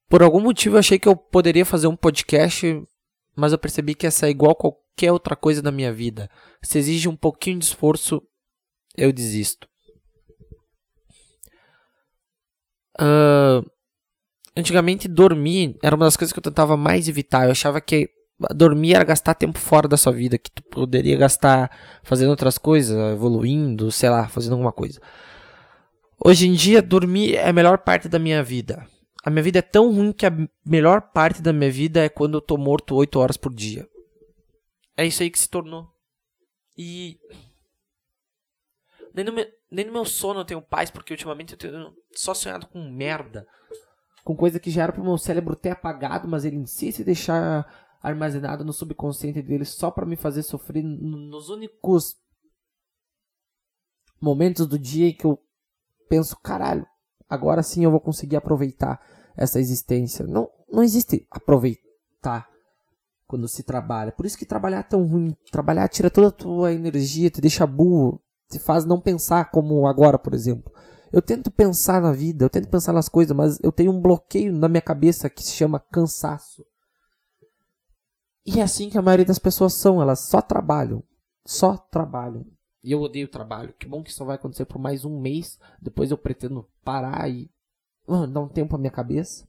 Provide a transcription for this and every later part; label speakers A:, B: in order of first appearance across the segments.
A: Por algum motivo eu achei que eu poderia fazer um podcast, mas eu percebi que essa é igual qualquer outra coisa da minha vida. Se exige um pouquinho de esforço, eu desisto. Antigamente dormir era uma das coisas que eu tentava mais evitar. Eu achava que dormir era gastar tempo fora da sua vida, que tu poderia gastar fazendo outras coisas, evoluindo, sei lá, fazendo alguma coisa. Hoje em dia, dormir é a melhor parte da minha vida. A minha vida é tão ruim que a melhor parte da minha vida é quando eu tô morto 8 horas por dia. É isso aí que se tornou. E nem no meu sono eu tenho paz, porque ultimamente eu tenho só sonhado com merda. Com coisa que já era pro meu cérebro ter apagado, mas ele insiste em deixar armazenado no subconsciente dele só pra me fazer sofrer nos únicos momentos do dia em que eu penso, caralho, agora sim eu vou conseguir aproveitar essa existência. Não existe aproveitar quando se trabalha. Por isso que trabalhar é tão ruim. Trabalhar tira toda a tua energia, te deixa burro, te faz não pensar como agora, por exemplo. Eu tento pensar na vida, eu tento pensar nas coisas, mas eu tenho um bloqueio na minha cabeça que se chama cansaço. E é assim que a maioria das pessoas são, elas só trabalham. Só trabalham. E eu odeio trabalho. Que bom que isso vai acontecer por mais um mês. Depois eu pretendo parar e dar um tempo à minha cabeça.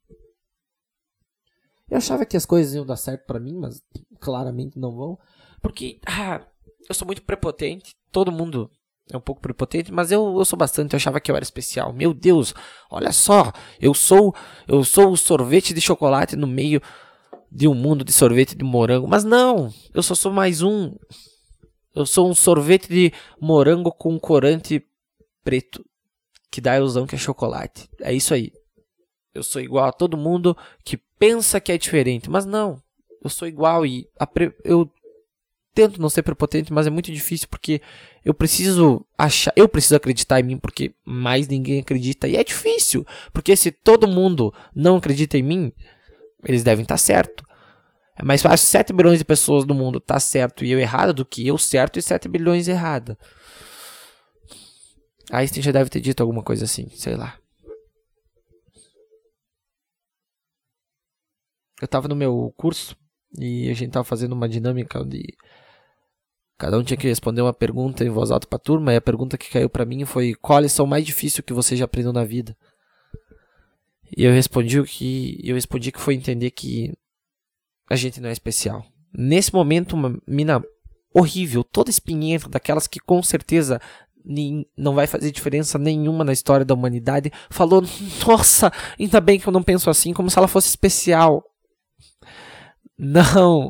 A: Eu achava que as coisas iam dar certo pra mim, mas claramente não vão. Porque eu sou muito prepotente. Todo mundo é um pouco prepotente, mas eu sou bastante. Eu achava que eu era especial. Meu Deus, olha só. Eu sou o sorvete de chocolate no meio de um mundo de sorvete de morango. Mas não, eu só sou mais um. Eu sou um sorvete de morango com corante preto, que dá a ilusão que é chocolate. É isso aí. Eu sou igual a todo mundo que pensa que é diferente, mas não. Eu sou igual e eu tento não ser prepotente, mas é muito difícil porque eu preciso acreditar em mim porque mais ninguém acredita. E é difícil, porque se todo mundo não acredita em mim, eles devem estar certo. É mais fácil 7 bilhões de pessoas no mundo tá certo e eu errado do que eu certo e 7 bilhões errada. Einstein já deve ter dito alguma coisa assim, sei lá. Eu tava no meu curso e a gente tava fazendo uma dinâmica onde cada um tinha que responder uma pergunta em voz alta pra turma, e a pergunta que caiu pra mim foi: qual a lição mais difícil que você já aprendeu na vida? E eu respondi que foi entender que a gente não é especial. Nesse momento, uma mina horrível, toda espinhenta, daquelas que com certeza não vai fazer diferença nenhuma na história da humanidade, falou: nossa, ainda bem que eu não penso assim, como se ela fosse especial. Não.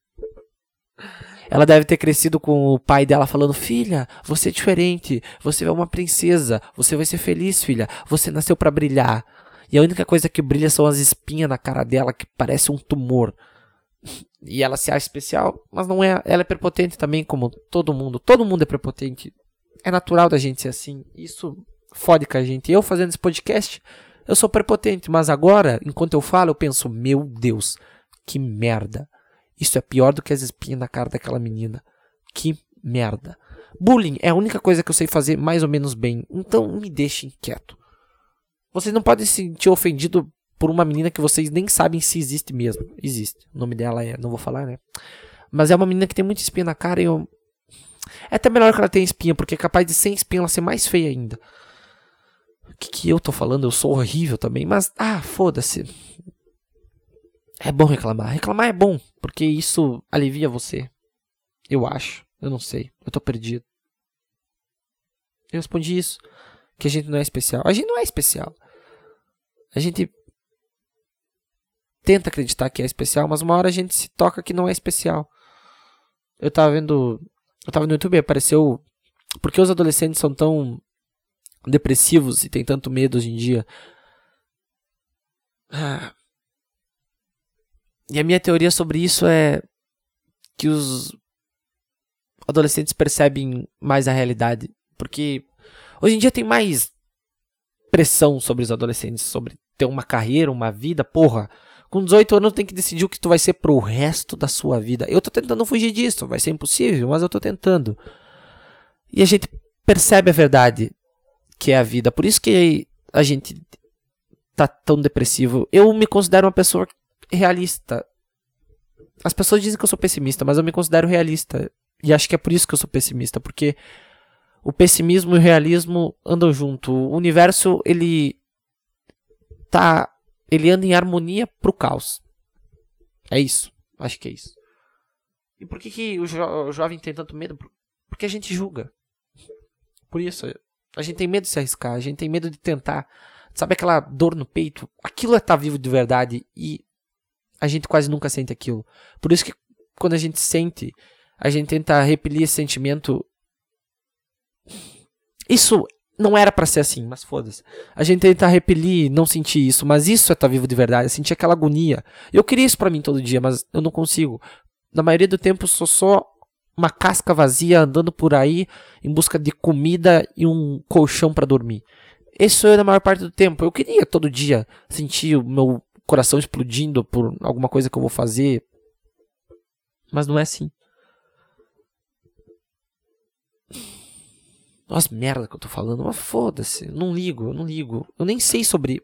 A: Ela deve ter crescido com o pai dela falando: filha, você é diferente, você é uma princesa, você vai ser feliz, filha, você nasceu pra brilhar. E a única coisa que brilha são as espinhas na cara dela, que parece um tumor. E ela se acha especial, mas não é. Ela é prepotente também, como todo mundo. Todo mundo é prepotente. É natural da gente ser assim. Isso fode com a gente. Eu fazendo esse podcast, eu sou prepotente. Mas agora, enquanto eu falo, eu penso: meu Deus, que merda. Isso é pior do que as espinhas na cara daquela menina. Que merda. Bullying é a única coisa que eu sei fazer mais ou menos bem. Então me deixem quieto. Vocês não podem se sentir ofendidos por uma menina que vocês nem sabem se existe mesmo. Existe. O nome dela não vou falar, né? Mas é uma menina que tem muita espinha na cara e eu... É até melhor que ela tenha espinha, porque é capaz de sem espinha ela ser mais feia ainda. O que eu tô falando? Eu sou horrível também, mas... foda-se. É bom reclamar. Reclamar é bom, porque isso alivia você. Eu acho. Eu não sei. Eu tô perdido. Eu respondi isso. Que a gente não é especial. A gente não é especial. A gente tenta acreditar que é especial, mas uma hora a gente se toca que não é especial. Eu tava no YouTube e apareceu... Por que os adolescentes são tão depressivos e tem tanto medo hoje em dia? E a minha teoria sobre isso é que os adolescentes percebem mais a realidade. Porque hoje em dia tem mais pressão sobre os adolescentes, sobre ter uma carreira, uma vida, porra. Com 18 anos tem que decidir o que tu vai ser pro resto da sua vida. Eu tô tentando fugir disso, vai ser impossível, mas eu tô tentando. E a gente percebe a verdade que é a vida. Por isso que a gente tá tão depressivo. Eu me considero uma pessoa realista. As pessoas dizem que eu sou pessimista, mas eu me considero realista. E acho que é por isso que eu sou pessimista, porque o pessimismo e o realismo andam junto. O universo, ele anda em harmonia pro caos. É isso. Acho que é isso. E por que o jovem tem tanto medo? Porque a gente julga. Por isso, a gente tem medo de se arriscar, a gente tem medo de tentar. Sabe aquela dor no peito? Aquilo é estar vivo de verdade e a gente quase nunca sente aquilo. Por isso que quando a gente sente, a gente tenta repelir esse sentimento. Isso não era pra ser assim, mas foda-se. A gente tenta repelir, não sentir isso, mas isso é estar vivo de verdade, é sentir aquela agonia. Eu queria isso pra mim todo dia, mas eu não consigo. Na maioria do tempo, sou só uma casca vazia andando por aí em busca de comida e um colchão pra dormir. Esse sou eu na maior parte do tempo. Eu queria todo dia sentir o meu coração explodindo por alguma coisa que eu vou fazer. Mas não é assim. Nossa, merda que eu tô falando. Mas foda-se. Eu não ligo. Eu nem sei sobre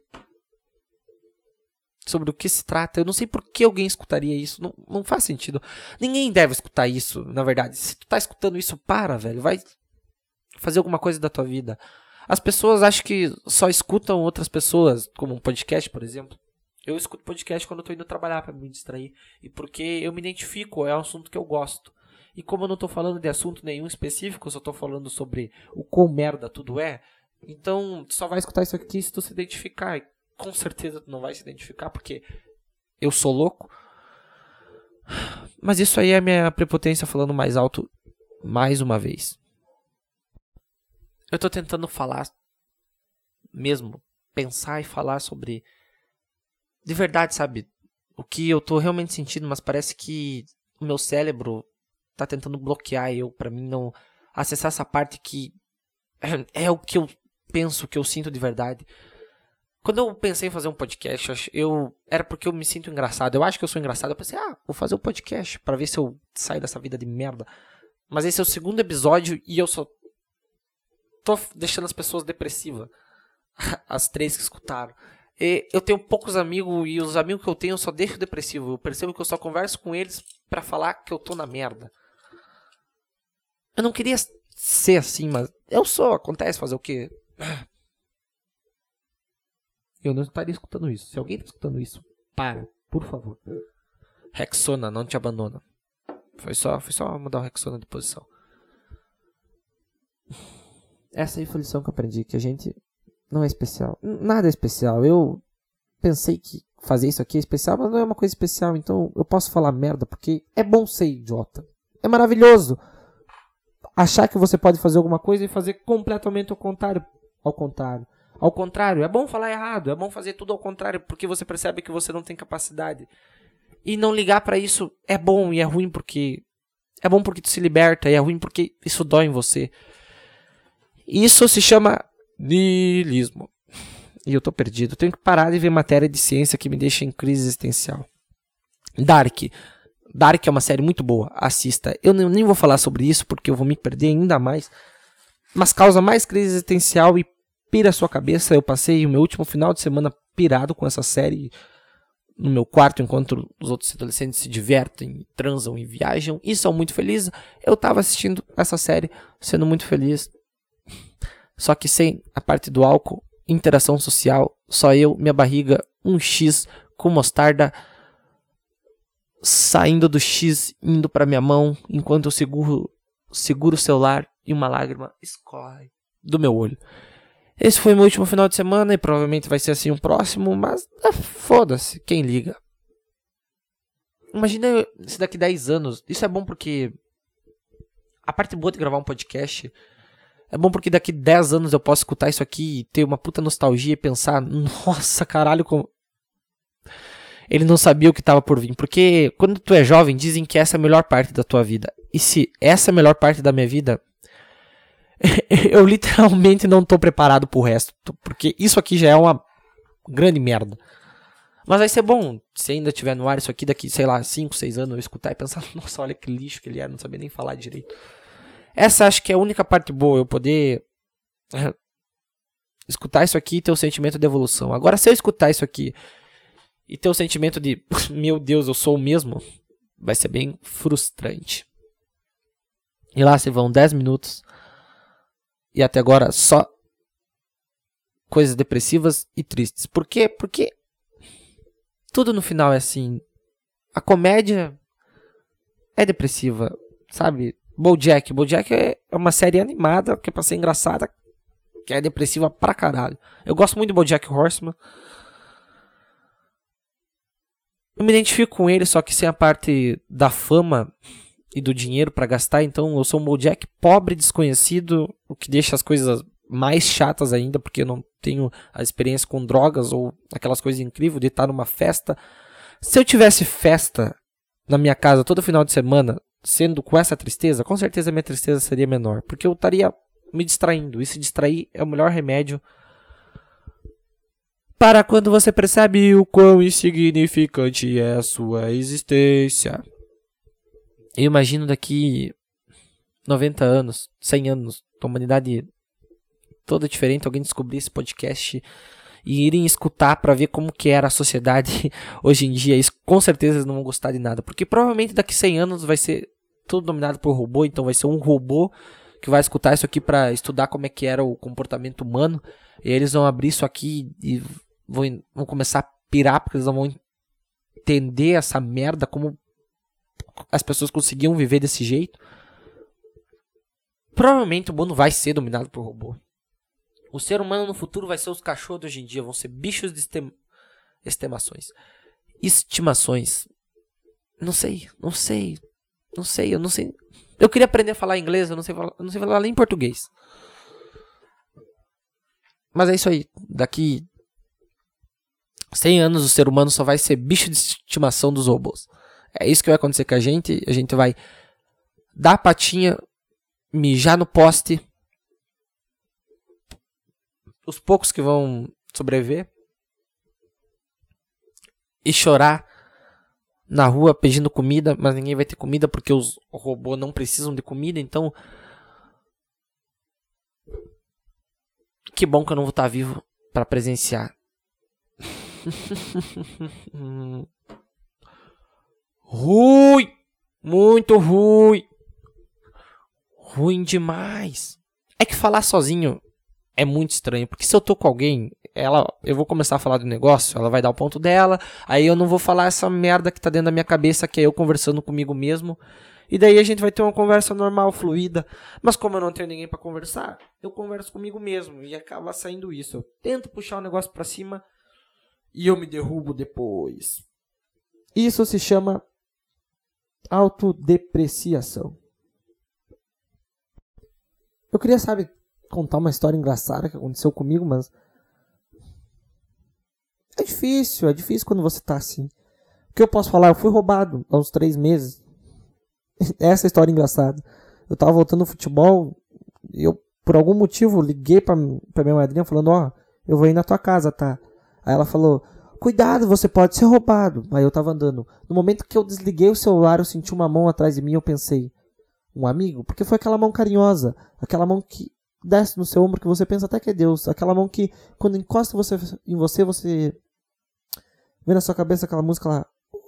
A: o que se trata. Eu não sei por que alguém escutaria isso. Não faz sentido. Ninguém deve escutar isso, na verdade. Se tu tá escutando isso, para, velho. Vai fazer alguma coisa da tua vida. As pessoas acham que só escutam outras pessoas, como um podcast, por exemplo. Eu escuto podcast quando eu tô indo trabalhar pra me distrair. E porque eu me identifico, é um assunto que eu gosto. E como eu não tô falando de assunto nenhum específico, eu só tô falando sobre o quão merda tudo é. Então, tu só vai escutar isso aqui se tu se identificar. E com certeza tu não vai se identificar, porque eu sou louco. Mas isso aí é a minha prepotência falando mais alto mais uma vez. Eu tô tentando falar mesmo, pensar e falar sobre de verdade, sabe? O que eu tô realmente sentindo, mas parece que o meu cérebro tá tentando bloquear eu pra mim não acessar essa parte que é o que eu penso, o que eu sinto de verdade. Quando eu pensei em fazer um podcast, era porque eu me sinto engraçado. Eu acho que eu sou engraçado. Eu pensei, vou fazer um podcast pra ver se eu saio dessa vida de merda. Mas esse é o segundo episódio e eu só tô deixando as pessoas depressivas. As 3 que escutaram. E eu tenho poucos amigos e os amigos que eu tenho eu só deixo depressivo. Eu percebo que eu só converso com eles pra falar que eu tô na merda. Eu não queria ser assim, mas eu sou. Acontece, fazer o quê? Eu não estaria escutando isso. Se alguém tá escutando isso, para, por favor. Rexona, não te abandona. Foi só mudar o Rexona de posição. Essa aí foi a lição que eu aprendi, que a gente não é especial. Nada é especial. Eu pensei que fazer isso aqui é especial, mas não é uma coisa especial. Então eu posso falar merda, porque é bom ser idiota. É maravilhoso achar que você pode fazer alguma coisa e fazer completamente o contrário. Ao contrário, é bom falar errado, é bom fazer tudo ao contrário, porque você percebe que você não tem capacidade. E não ligar pra isso é bom e é ruim porque... É bom porque tu se liberta e é ruim porque isso dói em você. Isso se chama niilismo. E eu tô perdido. Eu tenho que parar de ver matéria de ciência que me deixa em crise existencial. Dark é uma série muito boa. Assista. Eu nem vou falar sobre isso porque eu vou me perder ainda mais. Mas causa mais crise existencial e pira a sua cabeça. Eu passei o meu último final de semana pirado com essa série no meu quarto, enquanto os outros adolescentes se divertem, transam e viajam e são muito felizes. Eu tava assistindo essa série, sendo muito feliz. Só que sem a parte do álcool, interação social, só eu, minha barriga, um X com mostarda, saindo do X, indo pra minha mão, enquanto eu seguro o celular e uma lágrima escorre do meu olho. Esse foi meu último final de semana e provavelmente vai ser assim o próximo, mas foda-se, quem liga? Imagina se daqui 10 anos, isso é bom porque a parte boa de gravar um podcast é bom porque daqui 10 anos eu posso escutar isso aqui e ter uma puta nostalgia e pensar, nossa, caralho, como... Ele não sabia o que estava por vir. Porque quando tu é jovem, dizem que essa é a melhor parte da tua vida. E se essa é a melhor parte da minha vida, eu literalmente não tô preparado pro resto. Porque isso aqui já é uma grande merda. Mas vai ser bom, se ainda tiver no ar isso aqui, daqui, sei lá, 5, 6 anos, eu escutar e pensar, nossa, olha que lixo que ele era, não sabia nem falar direito. Essa acho que é a única parte boa, eu poder escutar isso aqui e ter o sentimento de evolução. Agora, se eu escutar isso aqui e ter o sentimento de, meu Deus, eu sou o mesmo, vai ser bem frustrante. E lá se vão 10 minutos e até agora só coisas depressivas e tristes. Por quê? Porque tudo no final é assim. A comédia é depressiva, sabe? BoJack é uma série animada que é pra ser engraçada, que é depressiva pra caralho. Eu gosto muito de BoJack Horseman. Eu me identifico com ele, só que sem a parte da fama e do dinheiro pra gastar. Então eu sou um BoJack pobre, desconhecido, o que deixa as coisas mais chatas ainda, porque eu não tenho a experiência com drogas ou aquelas coisas incríveis de estar numa festa. Se eu tivesse festa na minha casa todo final de semana, sendo com essa tristeza, com certeza a minha tristeza seria menor, porque eu estaria me distraindo, e se distrair é o melhor remédio para quando você percebe o quão insignificante é a sua existência. Eu imagino daqui 90 anos, 100 anos, a humanidade toda diferente, alguém descobrir esse podcast e irem escutar para ver como que era a sociedade hoje em dia. Isso com certeza eles não vão gostar de nada, porque provavelmente daqui 100 anos vai ser tudo dominado por robô, então vai ser um robô que vai escutar isso aqui para estudar como é que era o comportamento humano, e eles vão abrir isso aqui e vão começar a pirar, porque eles não vão entender essa merda, como as pessoas conseguiam viver desse jeito. Provavelmente o mundo vai ser dominado por robô. O ser humano no futuro vai ser os cachorros de hoje em dia, vão ser bichos de estimações. Estimações. Não sei. Eu queria aprender a falar inglês, eu não sei falar nem português. Mas é isso aí. Daqui 100 anos o ser humano só vai ser bicho de estimação dos robôs. É isso que vai acontecer com a gente. A gente vai dar a patinha, mijar no poste. Os poucos que vão sobreviver. E chorar na rua pedindo comida, mas ninguém vai ter comida porque os robôs não precisam de comida, então que bom que eu não vou estar vivo para presenciar. Ruim, muito ruim, ruim demais. É que falar sozinho é muito estranho, porque se eu tô com alguém, eu vou começar a falar do negócio, ela vai dar o ponto dela, aí eu não vou falar essa merda que tá dentro da minha cabeça, que é eu conversando comigo mesmo, e daí a gente vai ter uma conversa normal, fluida, mas como eu não tenho ninguém pra conversar, eu converso comigo mesmo, e acaba saindo isso, eu tento puxar o negócio pra cima, e eu me derrubo depois. Isso se chama autodepreciação. Eu queria, contar uma história engraçada que aconteceu comigo, mas é difícil quando você tá assim. O que eu posso falar? Eu fui roubado há uns 3 meses. Essa história é engraçada. Eu tava voltando no futebol e eu, por algum motivo, liguei pra minha madrinha falando, eu vou ir na tua casa, tá? Aí ela falou, cuidado, você pode ser roubado. Aí eu tava andando. No momento que eu desliguei o celular, eu senti uma mão atrás de mim, eu pensei, um amigo? Porque foi aquela mão carinhosa, aquela mão que desce no seu ombro, que você pensa até que é Deus, aquela mão que quando encosta em você, você vê na sua cabeça aquela música lá.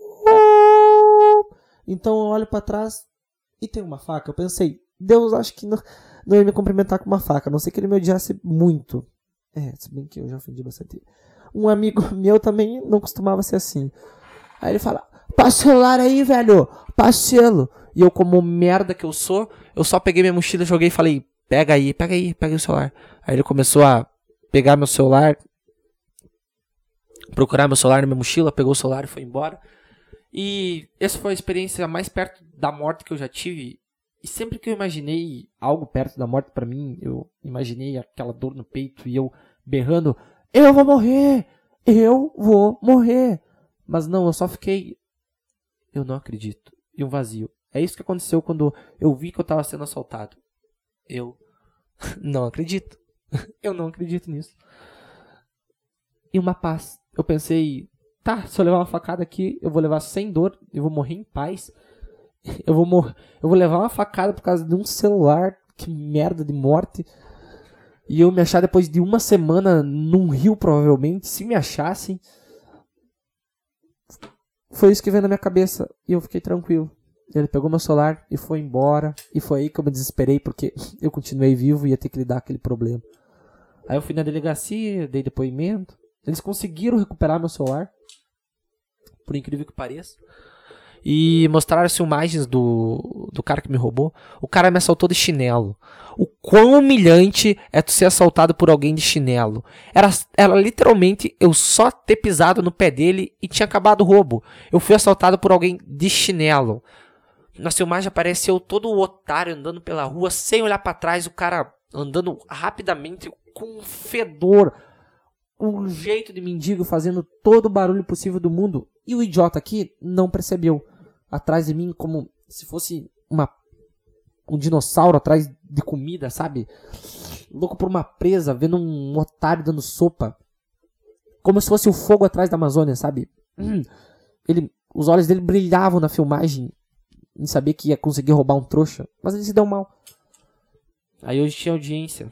A: Então eu olho pra trás e tem uma faca. Eu pensei, Deus acho que não ia me cumprimentar com uma faca, a não ser que ele me odiasse muito. Se bem que eu já ofendi bastante. Um amigo meu também não costumava ser assim. Aí ele fala, passa o celular aí, velho, passa o selo. E eu, como merda que eu sou, eu só peguei minha mochila, joguei e falei, pega aí o celular. Aí ele começou a pegar meu celular, procurar meu celular na minha mochila, pegou o celular e foi embora. E essa foi a experiência mais perto da morte que eu já tive. E sempre que eu imaginei algo perto da morte pra mim, eu imaginei aquela dor no peito e eu berrando, eu vou morrer. Mas não, eu só fiquei, eu não acredito. E um vazio. É isso que aconteceu quando eu vi que eu tava sendo assaltado. Eu não acredito. Eu não acredito nisso. E uma paz. Eu pensei, tá, se eu levar uma facada aqui, eu vou levar sem dor, eu vou morrer em paz. Eu vou levar uma facada por causa de um celular, que merda de morte. E eu me achar depois de uma semana num rio, provavelmente, se me achassem. Foi isso que veio na minha cabeça. E eu fiquei tranquilo. Ele pegou meu celular e foi embora. E foi aí que eu me desesperei, porque eu continuei vivo e ia ter que lidar com aquele problema. Aí eu fui na delegacia, dei depoimento. Eles conseguiram recuperar meu celular. Por incrível que pareça. E mostraram as filmagens do cara que me roubou. O cara me assaltou de chinelo. O quão humilhante é tu ser assaltado por alguém de chinelo. Era literalmente eu só ter pisado no pé dele e tinha acabado o roubo. Eu fui assaltado por alguém de chinelo. Na filmagem aparece eu todo otário andando pela rua sem olhar pra trás. O cara andando rapidamente com um fedor. Um jeito de mendigo fazendo todo o barulho possível do mundo. E o idiota aqui não percebeu. Atrás de mim como se fosse um dinossauro atrás de comida, sabe? Louco por uma presa, vendo um otário dando sopa. Como se fosse o fogo atrás da Amazônia, sabe? Os olhos dele brilhavam na filmagem em saber que ia conseguir roubar um trouxa. Mas ele se deu mal. Aí hoje tinha audiência.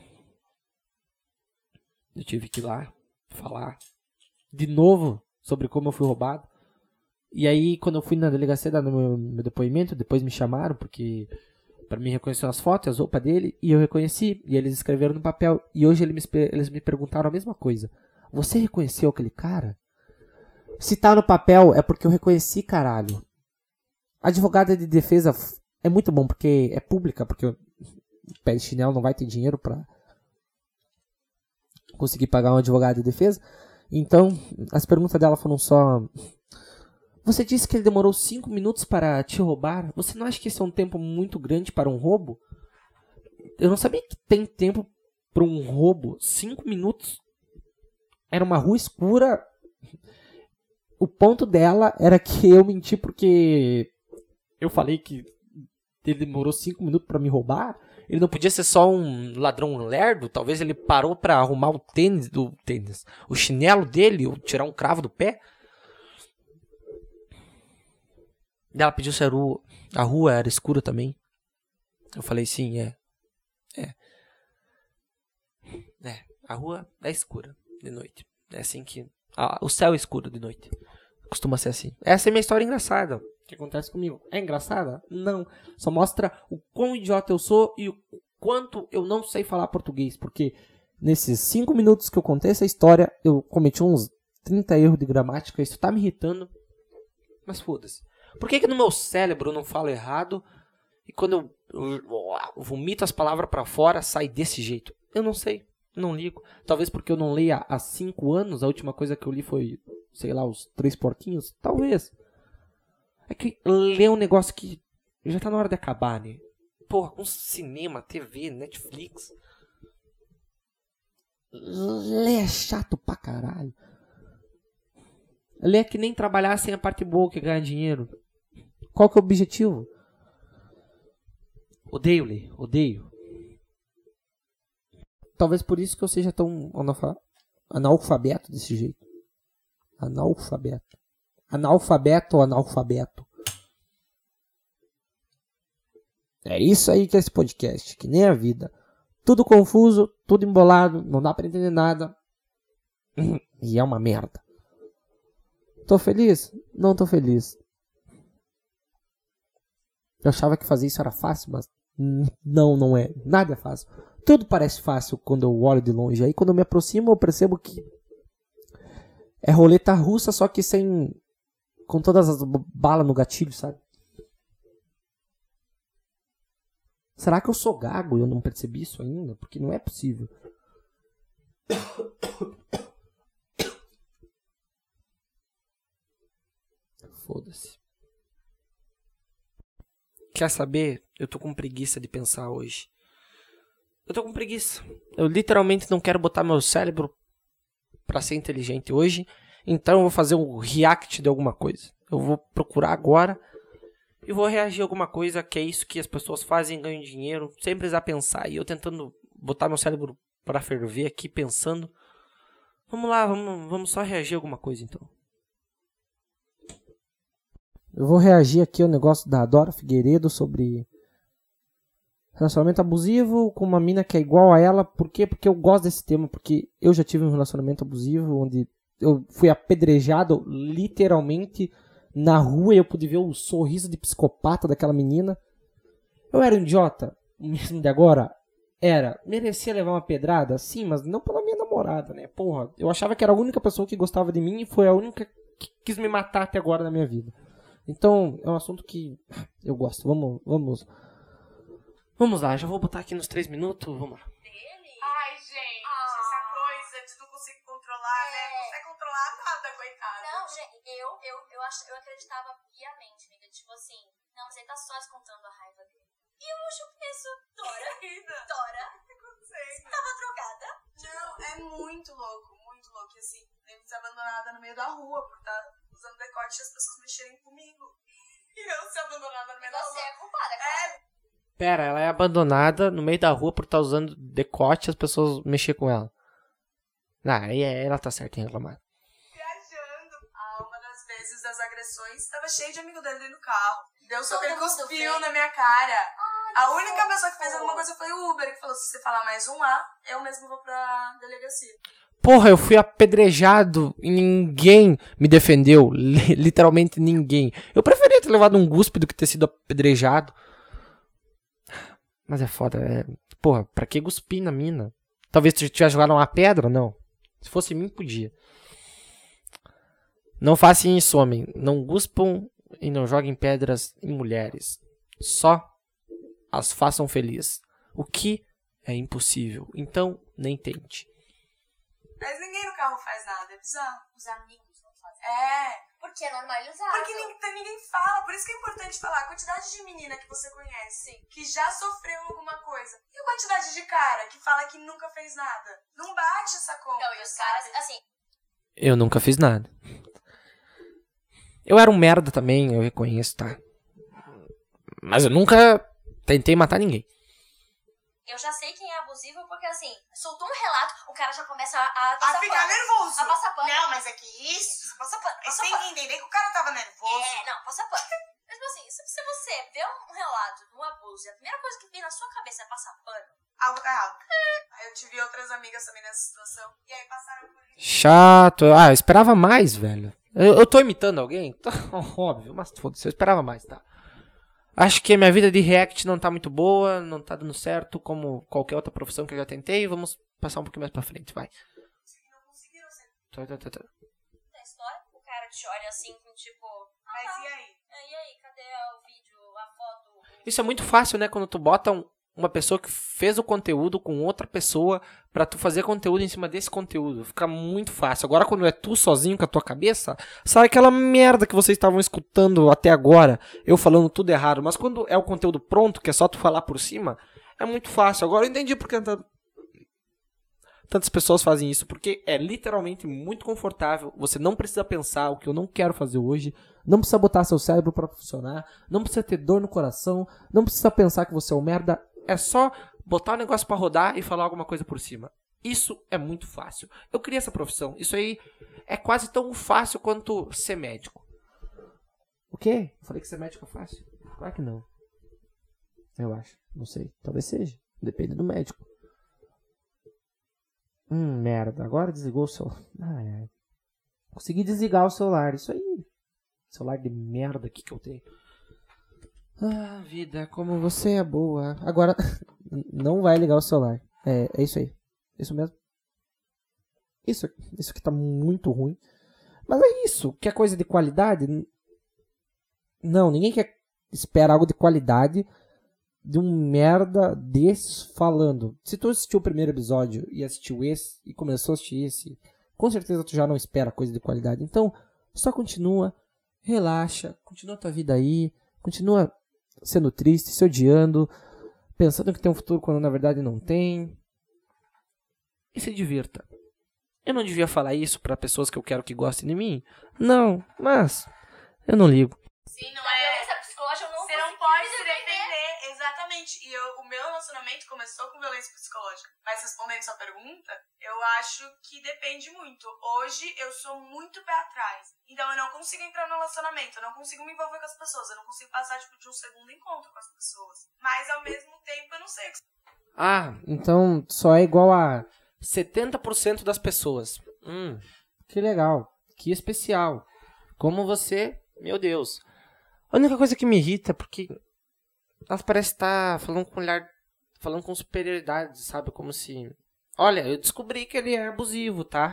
A: Eu tive que ir lá falar de novo sobre como eu fui roubado. E aí, quando eu fui na delegacia dar meu depoimento, depois me chamaram, porque para mim reconhecer as fotos, as roupas dele, e eu reconheci, e eles escreveram no papel. E hoje eles me perguntaram a mesma coisa. Você reconheceu aquele cara? Se tá no papel, é porque eu reconheci, caralho. A advogada de defesa é muito bom, porque é pública, porque o pé de chinelo não vai ter dinheiro pra conseguir pagar um advogado de defesa. Então, as perguntas dela foram só... Você disse que ele demorou 5 minutos para te roubar. Você não acha que esse é um tempo muito grande para um roubo? Eu não sabia que tem tempo para um roubo. 5 minutos. Era uma rua escura. O ponto dela era que eu menti porque eu falei que ele demorou 5 minutos para me roubar. Ele não podia ser só um ladrão lerdo. Talvez ele parou para arrumar o chinelo dele, ou tirar um cravo do pé. Ela pediu se a rua era escura também. Eu falei sim, é. A rua é escura de noite. É assim que... o céu é escuro de noite. Costuma ser assim. Essa é minha história engraçada. O que acontece comigo? É engraçada? Não. Só mostra o quão idiota eu sou e o quanto eu não sei falar português. Porque nesses 5 minutos que eu contei essa história, eu cometi uns 30 erros de gramática. Isso tá me irritando. Mas foda-se. Por que no meu cérebro eu não falo errado e quando eu vomito as palavras pra fora sai desse jeito? Eu não sei, não ligo. Talvez porque eu não leio há 5 anos, a última coisa que eu li foi, sei lá, os 3 porquinhos. Talvez. É que ler um negócio que já tá na hora de acabar, né? Porra, com cinema, TV, Netflix. Ler é chato pra caralho. Ler é que nem trabalhar sem a parte boa que é ganhar dinheiro. Qual que é o objetivo? Odeio ler, odeio. Talvez por isso que eu seja tão analfabeto desse jeito. Analfabeto. Analfabeto ou analfabeto? É isso aí que é esse podcast, que nem a vida. Tudo confuso, tudo embolado, não dá pra entender nada. E é uma merda. Tô feliz? Não tô feliz. Eu achava que fazer isso era fácil, mas não é. Nada é fácil. Tudo parece fácil quando eu olho de longe. Aí quando eu me aproximo eu percebo que é roleta russa, só que com todas as balas no gatilho, sabe? Será que eu sou gago e eu não percebi isso ainda? Porque não é possível. Foda-se. Quer saber? Eu tô com preguiça de pensar hoje. Eu tô com preguiça. Eu literalmente não quero botar meu cérebro pra ser inteligente hoje. Então eu vou fazer um react de alguma coisa. Eu vou procurar agora e vou reagir a alguma coisa, que é isso que as pessoas fazem, ganham dinheiro, sem precisar pensar. E eu tentando botar meu cérebro pra ferver aqui, pensando. Vamos lá, vamos só reagir a alguma coisa então. Eu vou reagir aqui ao negócio da Dora Figueiredo sobre Relacionamento abusivo com uma mina que é igual a ela. Por quê? Porque eu gosto desse tema. Porque eu já tive um relacionamento abusivo onde eu fui apedrejado literalmente na rua e eu pude ver o sorriso de psicopata daquela menina. Eu era um idiota, mesmo de agora? Era. Merecia levar uma pedrada? Sim, mas não pela minha namorada, né? Porra, eu achava que era a única pessoa que gostava de mim e foi a única que quis me matar até agora na minha vida. Então, é um assunto que eu gosto. Vamos lá, já vou botar aqui nos 3 minutos, vamos lá.
B: Ai, gente, essa coisa de não conseguir controlar, né? Não consegue controlar nada, coitado.
C: Não, gente, eu acreditava piamente, amiga. Tipo assim, não, mas ele tá só descontando a raiva dele. E eu acho isso, Dora. Dora,
B: O que tá acontecendo?
C: você tava drogada?
B: Não, é muito louco, muito louco. E assim, lembro de ser abandonada no meio da rua, por estar usando decote e as pessoas mexerem comigo. E eu ser abandonada no meio da
C: Você
B: rua.
C: é culpada, cara.
A: Pera, ela é abandonada no meio da rua por estar usando decote e as pessoas mexer com ela. Aí ela tá certa em reclamar.
B: Viajando. Uma das vezes das agressões, tava cheio de amigo dele no carro. Deu só que ele
C: Todo mundo
B: cuspiu
C: fez.
B: na minha cara. A única
C: fofo.
B: pessoa que fez alguma coisa foi o Uber, que falou, se você falar mais um A, eu mesmo vou pra delegacia.
A: Porra, eu fui apedrejado e ninguém me defendeu. Literalmente ninguém. Eu preferia ter levado um guspe do que ter sido apedrejado. Mas é foda. Porra, pra que cuspir na mina? Talvez tu tivesse jogado uma pedra? Não. Se fosse mim, podia. Não façam isso, homem. Não guspam e não joguem pedras em mulheres. Só as façam felizes. O que é impossível. Então, nem tente.
B: Mas ninguém no carro faz nada, é bizarro.
C: Os amigos não fazem. Porque é normalizado.
B: Porque ninguém fala, por isso que é importante falar. A quantidade de menina que você conhece, que já sofreu alguma coisa. E a quantidade de cara que fala que nunca fez nada. Não bate essa conta.
C: Não, e os caras, assim,
A: Eu nunca fiz nada. Eu era um merda também, eu reconheço, tá? Mas eu nunca tentei matar ninguém.
C: eu já sei quem é abusivo porque, assim, soltou um relato, o cara já começa a passar
B: A ficar
C: pano.
B: nervoso.
C: A passar pano.
B: Não, mas é que isso.
C: Passa pano,
B: Mas
C: passa
B: tem
C: pano.
B: que entender que o cara tava nervoso.
C: Não, passa pano. Mas, tipo assim, se você vê um relato de um abuso e a primeira coisa que vem na sua cabeça é passar pano,
B: Algo tá errado. Aí eu tive outras amigas também nessa situação. E aí passaram por isso.
A: Chato. Eu esperava mais, velho. Eu tô imitando alguém? Óbvio, mas foda-se, eu esperava mais, tá? Acho que a minha vida de react não tá muito boa, não tá dando certo, como qualquer outra profissão que eu já tentei. Vamos passar um pouquinho mais pra frente, vai.
B: Não conseguiram ser.
C: na história, o cara te olha assim, com tipo...
B: Mas e aí?
C: E aí, cadê o vídeo, a foto?
A: Isso é muito fácil, né? Quando tu bota uma pessoa que fez o conteúdo com outra pessoa pra tu fazer conteúdo em cima desse conteúdo. Fica muito fácil. Agora, quando é tu sozinho com a tua cabeça, sai aquela merda que vocês estavam escutando até agora, eu falando tudo errado. Mas quando é o conteúdo pronto, que é só tu falar por cima, é muito fácil. Agora eu entendi porque tantas pessoas fazem isso, porque é literalmente muito confortável. Você não precisa pensar o que eu não quero fazer hoje. Não precisa botar seu cérebro pra funcionar. Não precisa ter dor no coração. Não precisa pensar que você é um merda. É só botar o negócio pra rodar e falar alguma coisa por cima. Isso é muito fácil. Eu queria essa profissão. Isso aí é quase tão fácil quanto ser médico. O quê? Eu falei que ser médico é fácil? Claro que não. Eu acho. Não sei. Talvez seja. Depende do médico. Merda. Agora desligou o celular. Ai. Consegui desligar o celular. Isso aí. Celular de merda aqui que eu tenho. Ah, vida, como você é boa. Agora, não vai ligar o celular. É isso aí. Isso mesmo. Isso aqui tá muito ruim. Mas é isso. Quer coisa de qualidade? Não, ninguém espera algo de qualidade de um merda desses falando. Se tu assistiu o primeiro episódio e assistiu esse, e começou a assistir esse, com certeza tu já não espera coisa de qualidade. Então, só continua, relaxa, continua a tua vida aí, continua sendo triste, se odiando, pensando que tem um futuro quando na verdade não tem. E se divirta. Eu não devia falar isso pra pessoas que eu quero que gostem de mim? Não, mas eu não ligo.
B: Sim, não
C: Da
B: é.
C: violência psicológica eu não
B: Você não
C: consegui
B: pode
C: me
B: se
C: defender.
B: defender. Exatamente. Exatamente. E o meu relacionamento começou com violência psicológica. Mas respondendo sua pergunta, eu acho que depende muito. Hoje eu sou muito pé atrás. Então eu não consigo entrar no relacionamento, eu não consigo me envolver com as pessoas, eu não consigo passar de um segundo encontro com as pessoas. Mas ao mesmo tempo eu não sei.
A: Ah, então só é igual a 70% das pessoas. Que legal. Que especial. Como você, meu Deus. A única coisa que me irrita é porque elas parecem estar falando com olhar, falando com superioridade, sabe? Como se... Olha, eu descobri que ele é abusivo, tá?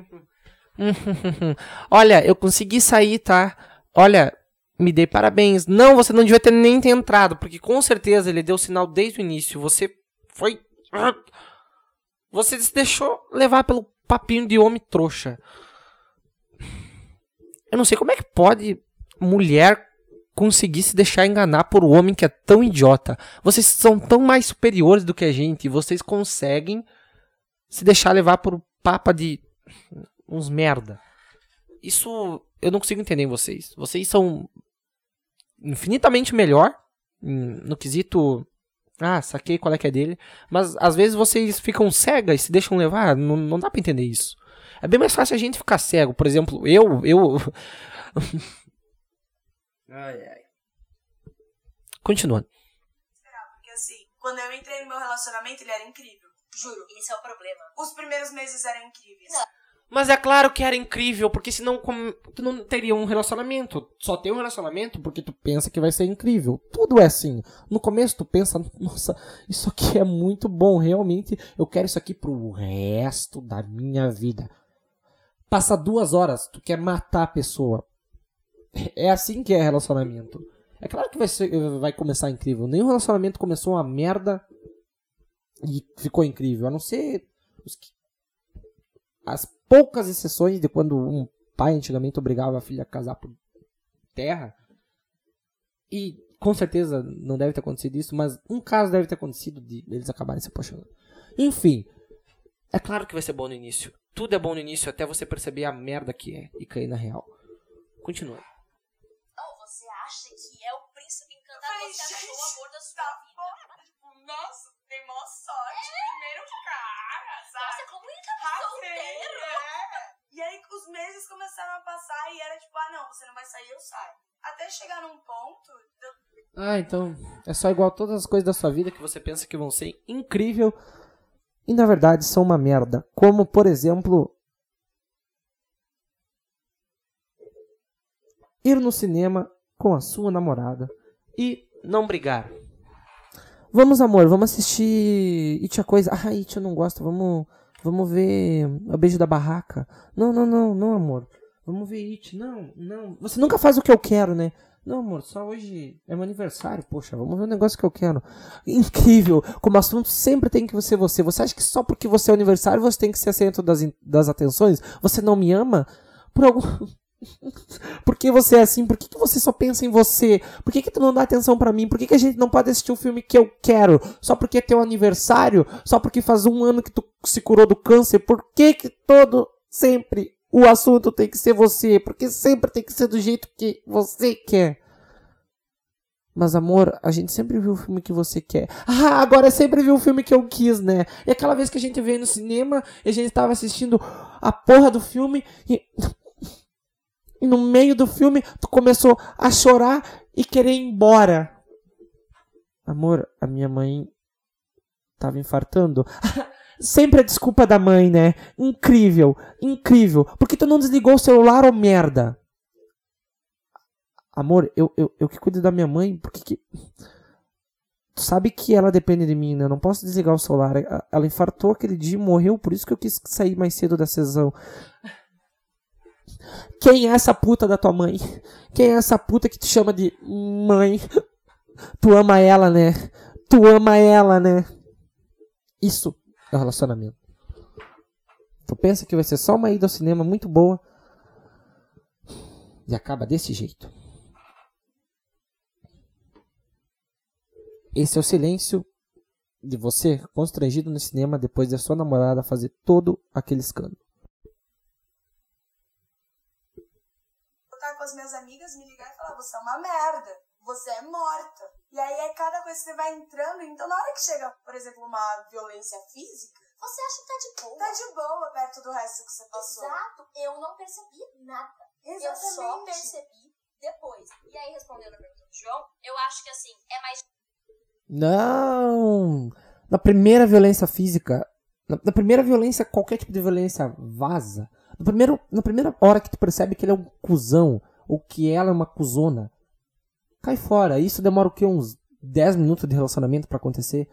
A: Olha, eu consegui sair, tá? Olha, me dei parabéns. Não, você não devia ter nem ter entrado, porque com certeza ele deu sinal desde o início. Você foi... Você se deixou levar pelo papinho de homem trouxa. Eu não sei como é que pode mulher conseguir se deixar enganar por um homem que é tão idiota. Vocês são tão mais superiores do que a gente. E vocês conseguem se deixar levar por papa de uns merda. Isso eu não consigo entender em vocês. Vocês são infinitamente melhor no quesito... Ah, saquei qual é que é dele. Mas às vezes vocês ficam cegas e se deixam levar. Não dá pra entender isso. É bem mais fácil a gente ficar cego. Por exemplo, eu... Ai. Continuando.
B: Porque assim, quando eu entrei no meu relacionamento, ele era incrível. Juro.
C: Esse é o problema.
B: Os primeiros meses eram incríveis.
C: Não.
A: Mas é claro que era incrível, porque senão tu não teria um relacionamento. Só tem um relacionamento porque tu pensa que vai ser incrível. Tudo é assim. No começo tu pensa, nossa, isso aqui é muito bom, realmente eu quero isso aqui pro resto da minha vida. Passa 2 horas, tu quer matar a pessoa. É assim que é relacionamento. É claro que vai começar incrível. Nenhum relacionamento começou uma merda e ficou incrível. A não ser as poucas exceções de quando um pai antigamente obrigava a filha a casar por terra. E com certeza não deve ter acontecido isso, mas um caso deve ter acontecido de eles acabarem se apaixonando. Enfim, é claro que vai ser bom no início. Tudo é bom no início até você perceber a merda que é e cair na real. Continua.
C: Você acha que é o príncipe encantado? Você achou o amor da sua vida.
B: Tipo, nossa, tem mó sorte. Primeiro cara, sabe?
C: Nossa, como ele tá solteiro.
B: E aí os meses começaram a passar e era tipo, não, você não vai sair, eu saio. Até chegar num ponto...
A: Então é só igual todas as coisas da sua vida que você pensa que vão ser incrível e na verdade são uma merda. Como, por exemplo, ir no cinema com a sua namorada e não brigar. Vamos, amor, vamos assistir It a Coisa. It eu não gosto, vamos ver O Beijo da Barraca. Não, amor. Vamos ver It. Não. Você nunca faz o que eu quero, né? Não, amor, só hoje é meu aniversário. Poxa, vamos ver o negócio que eu quero. Incrível, como assunto sempre tem que ser você. Você acha que só porque você é aniversário você tem que ser centro das atenções? Você não me ama? Por algum... Por que você é assim? Por que você só pensa em você? Por que tu não dá atenção pra mim? Por que a gente não pode assistir o filme que eu quero? Só porque é teu aniversário? Só porque faz 1 ano que tu se curou do câncer? Por que sempre o assunto tem que ser você? Porque sempre tem que ser do jeito que você quer. Mas amor, a gente sempre viu o filme que você quer. Agora sempre viu o filme que eu quis, né? E aquela vez que a gente veio no cinema e a gente tava assistindo a porra do filme e no meio do filme, tu começou a chorar e querer ir embora. Amor, a minha mãe tava infartando. Sempre a desculpa da mãe, né? Incrível. Por que tu não desligou o celular, ô merda? Amor, eu que cuido da minha mãe, porque tu sabe que ela depende de mim, né? Eu não posso desligar o celular. Ela infartou aquele dia e morreu, por isso que eu quis sair mais cedo da sessão. Quem é essa puta da tua mãe? Quem é essa puta que te chama de mãe? Tu ama ela, né? Isso é o relacionamento. Tu pensa que vai ser só uma ida ao cinema muito boa e acaba desse jeito. Esse é o silêncio de você constrangido no cinema depois da sua namorada fazer todo aquele escândalo.
B: Com as minhas amigas, me ligar e falar, você é uma merda. você é morta. E aí é cada coisa que você vai entrando. Então, na hora que chega, por exemplo, uma violência física,
C: Você acha que tá de boa?
B: tá de boa perto do resto que você passou.
C: Exato. Eu não percebi nada. Eu só percebi depois. E aí, respondendo a pergunta do João, eu acho que assim, é mais...
A: Não! Na primeira violência física, na primeira violência, qualquer tipo de violência vaza. Na primeira hora que tu percebe que ele é um cuzão, ou que ela é uma cuzona, cai fora. Isso demora o quê? Uns 10 minutos de relacionamento pra acontecer?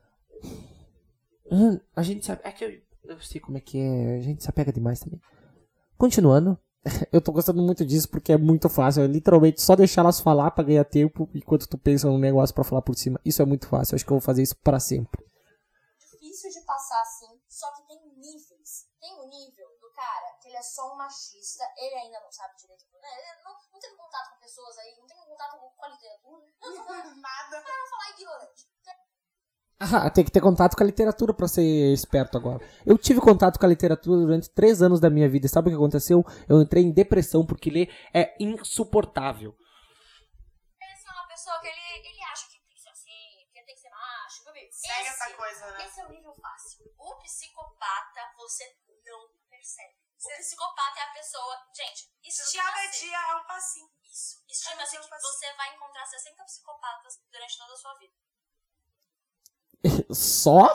A: A gente sabe... É que eu sei como é que é. A gente se apega demais também. Continuando. Eu tô gostando muito disso porque é muito fácil. É literalmente só deixar elas falar pra ganhar tempo enquanto tu pensa num negócio pra falar por cima. Isso é muito fácil. Eu acho que eu vou fazer isso pra sempre.
C: difícil de passar assim, só que tem níveis. Tem o nível do cara que ele é só um machista, ele ainda não sabe direito, né? Ele não teve contato com pessoas aí, não teve contato com a literatura.
B: Nada.
C: Para não falar ignorante.
A: Ah, tem que ter contato com a literatura pra ser esperto agora. Eu tive contato com a literatura durante 3 anos da minha vida. E sabe o que aconteceu? Eu entrei em depressão porque ler é insuportável.
C: Essa é uma pessoa que ele acha que tem que ser assim, que tem que ser macho, meu amigo.
B: Segue essa coisa, né?
C: Esse é o nível fácil. O psicopata, você não percebe. O psicopata é a pessoa... Gente,
B: Cada dia é um passinho.
C: Isso. Estima-se que você vai encontrar 60 psicopatas durante toda a sua vida.
A: Só?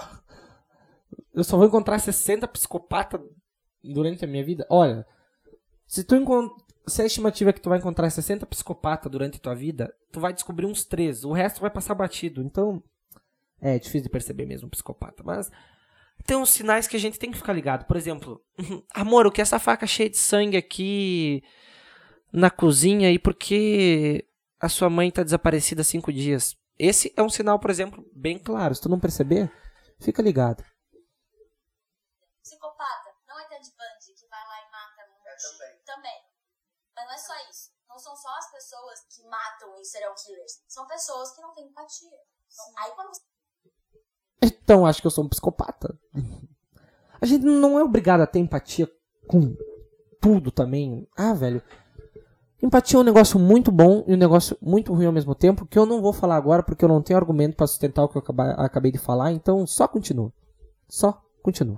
A: Eu só vou encontrar 60 psicopatas durante a minha vida? Olha, se a estimativa é que tu vai encontrar 60 psicopatas durante a tua vida, tu vai descobrir uns 3. O resto vai passar batido. Então, é difícil de perceber mesmo um psicopata. Mas tem uns sinais que a gente tem que ficar ligado. Por exemplo, amor, o que é essa faca cheia de sangue aqui na cozinha e por que a sua mãe tá desaparecida há 5 dias? Esse é um sinal, por exemplo, bem claro. Se tu não perceber, fica ligado.
C: Psicopata não é Ted Bundy que vai lá e mata muitos. Também. Mas não é só isso. Não são só as pessoas que matam os serial killers. São pessoas que não têm empatia. Então, aí quando você...
A: Então, acho que eu sou um psicopata. A gente não é obrigado a ter empatia com tudo também. Ah, velho. Empatia é um negócio muito bom e um negócio muito ruim ao mesmo tempo, que eu não vou falar agora porque eu não tenho argumento pra sustentar o que eu acabei de falar, então só continua. Só continua.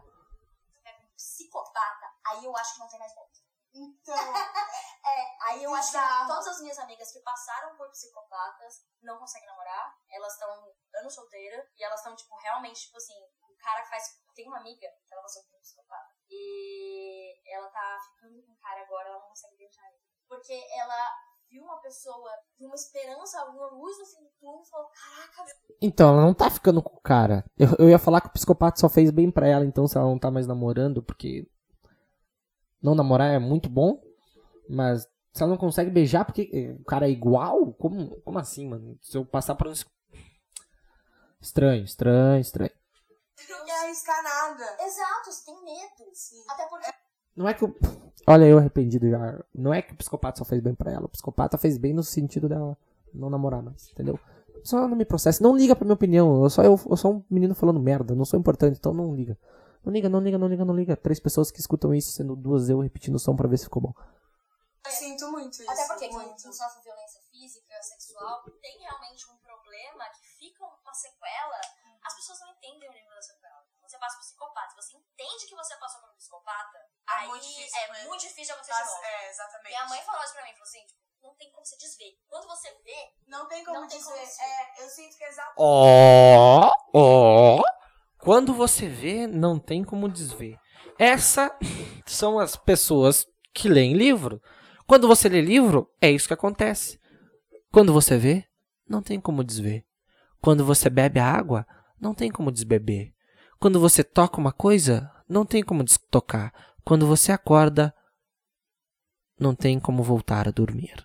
C: Psicopata, aí eu acho que não tem mais volta.
B: Então...
C: Aí eu acho que todas as minhas amigas que passaram por psicopatas não conseguem namorar, elas estão anos solteiras e elas estão, tipo, realmente, tipo assim, o cara faz... Tem uma amiga que ela passou por um psicopata e ela tá ficando com um cara agora, ela não consegue beijar ele. Porque ela viu uma pessoa, viu uma esperança, uma luz no fim do túnel e falou, caraca...
A: Então, ela não tá ficando com o cara. Eu ia falar que o psicopata só fez bem pra ela, então se ela não tá mais namorando, porque não namorar é muito bom, mas se ela não consegue beijar porque o cara é igual? Como assim, mano? Se eu passar por um... Estranho.
B: Não quer arriscar nada.
C: Exato, você tem medo.
B: Sim.
C: Até porque...
A: Não é que o... Olha, eu arrependido já. Não é que o psicopata só fez bem pra ela. O psicopata fez bem no sentido dela não namorar mais, entendeu? Só não me processa. Não liga pra minha opinião. Eu sou um menino falando merda. Não sou importante, então não liga. Não liga. 3 pessoas que escutam isso, sendo 2 eu repetindo o som pra ver se ficou bom.
B: Eu sinto muito isso.
C: Até porque
B: muito.
C: quem sofre violência física, sexual, tem realmente um problema que fica uma sequela. As pessoas não entendem o nível da sequela. Quando você passa por psicopata, se você entende que você passou por um psicopata, aí
B: muito difícil,
C: é muito difícil de acontecer de novo.
B: É, exatamente.
C: Minha mãe falou isso pra mim, falou assim, tipo, não tem como você desver. Quando você vê,
B: não tem como dizer. Eu sinto que é exatamente.
A: Quando você vê, não tem como desver. Essas são as pessoas que leem livro. Quando você lê livro, é isso que acontece. Quando você vê, não tem como desver. Quando você bebe a água, não tem como desbeber. Quando você toca uma coisa, não tem como destocar. Quando você acorda, não tem como voltar a dormir.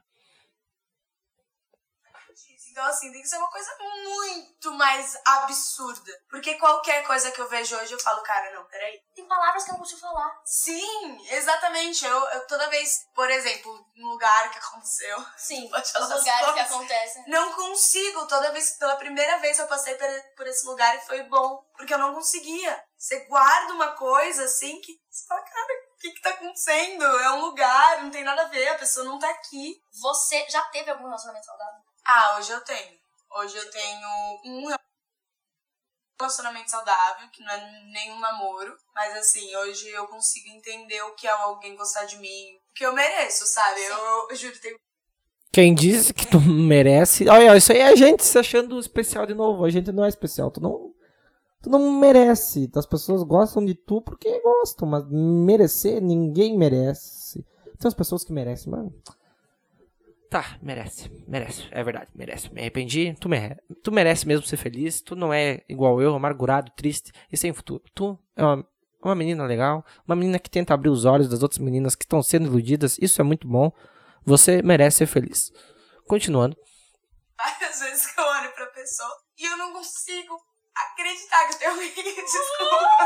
B: Então, assim, tem que ser uma coisa muito mais absurda. Porque qualquer coisa que eu vejo hoje, eu falo, cara, não, peraí.
C: tem palavras que eu não consigo falar.
B: Sim, exatamente. Eu toda vez, por exemplo, no lugar que aconteceu.
C: Sim,
B: pode falar
C: os
B: as
C: lugares que
B: coisas.
C: acontecem.
B: Não consigo. Toda vez, pela primeira vez eu passei por esse lugar e foi bom. Porque eu não conseguia. Você guarda uma coisa assim que você fala, cara, o que tá acontecendo? É um lugar, não tem nada a ver, a pessoa não tá aqui.
C: Você já teve algum relacionamento saudável?
B: Hoje eu tenho. Hoje eu tenho um relacionamento saudável, que não é nenhum namoro. Mas assim, hoje eu consigo entender o que é alguém gostar de mim. Que eu mereço, sabe? Eu juro, tem...
A: Quem disse que tu merece... Olha, isso aí é a gente se achando especial de novo. A gente não é especial. Tu não merece. As pessoas gostam de tu porque gostam. Mas merecer, ninguém merece. Tem as pessoas que merecem, mano. Tá, merece. É verdade, merece. Me arrependi. Tu merece mesmo ser feliz. Tu não é igual eu, amargurado, triste e sem futuro. Tu é uma menina legal. Uma menina que tenta abrir os olhos das outras meninas que estão sendo iludidas. Isso é muito bom. Você merece ser feliz. Continuando.
B: Várias vezes que eu olho pra pessoa e eu não consigo acreditar que eu tenho alguém. Desculpa.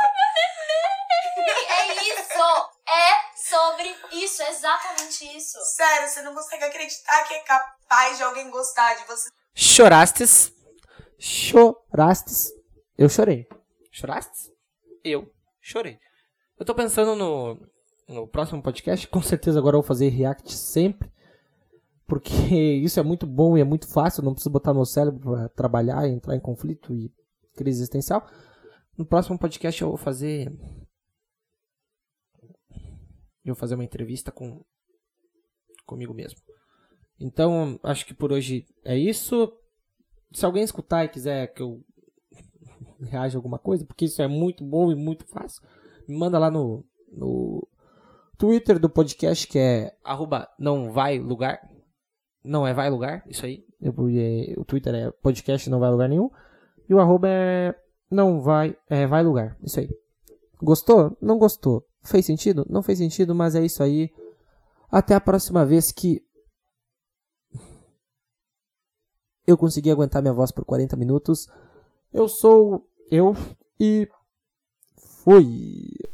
C: É isso! É sobre isso, é exatamente isso.
B: Sério, você não consegue acreditar que é capaz de alguém gostar de você.
A: Chorastes. Eu chorei. Chorastes? Eu chorei. Eu tô pensando no próximo podcast. Com certeza agora eu vou fazer react sempre. Porque isso é muito bom e é muito fácil. Eu não preciso botar meu cérebro pra trabalhar, entrar em conflito e crise existencial. No próximo podcast eu vou fazer uma entrevista comigo mesmo. Então, acho que por hoje é isso. Se alguém escutar e quiser que eu reaja a alguma coisa, porque isso é muito bom e muito fácil, me manda lá no Twitter do podcast, que é @nãovailugar. Não é vai lugar, isso aí. O Twitter é podcast não vai lugar nenhum. E o @ é não vai, vai lugar, isso aí. Gostou? Não gostou? Fez sentido? Não fez sentido, mas é isso aí. Até a próxima vez que eu consegui aguentar minha voz por 40 minutos. Eu sou eu e fui.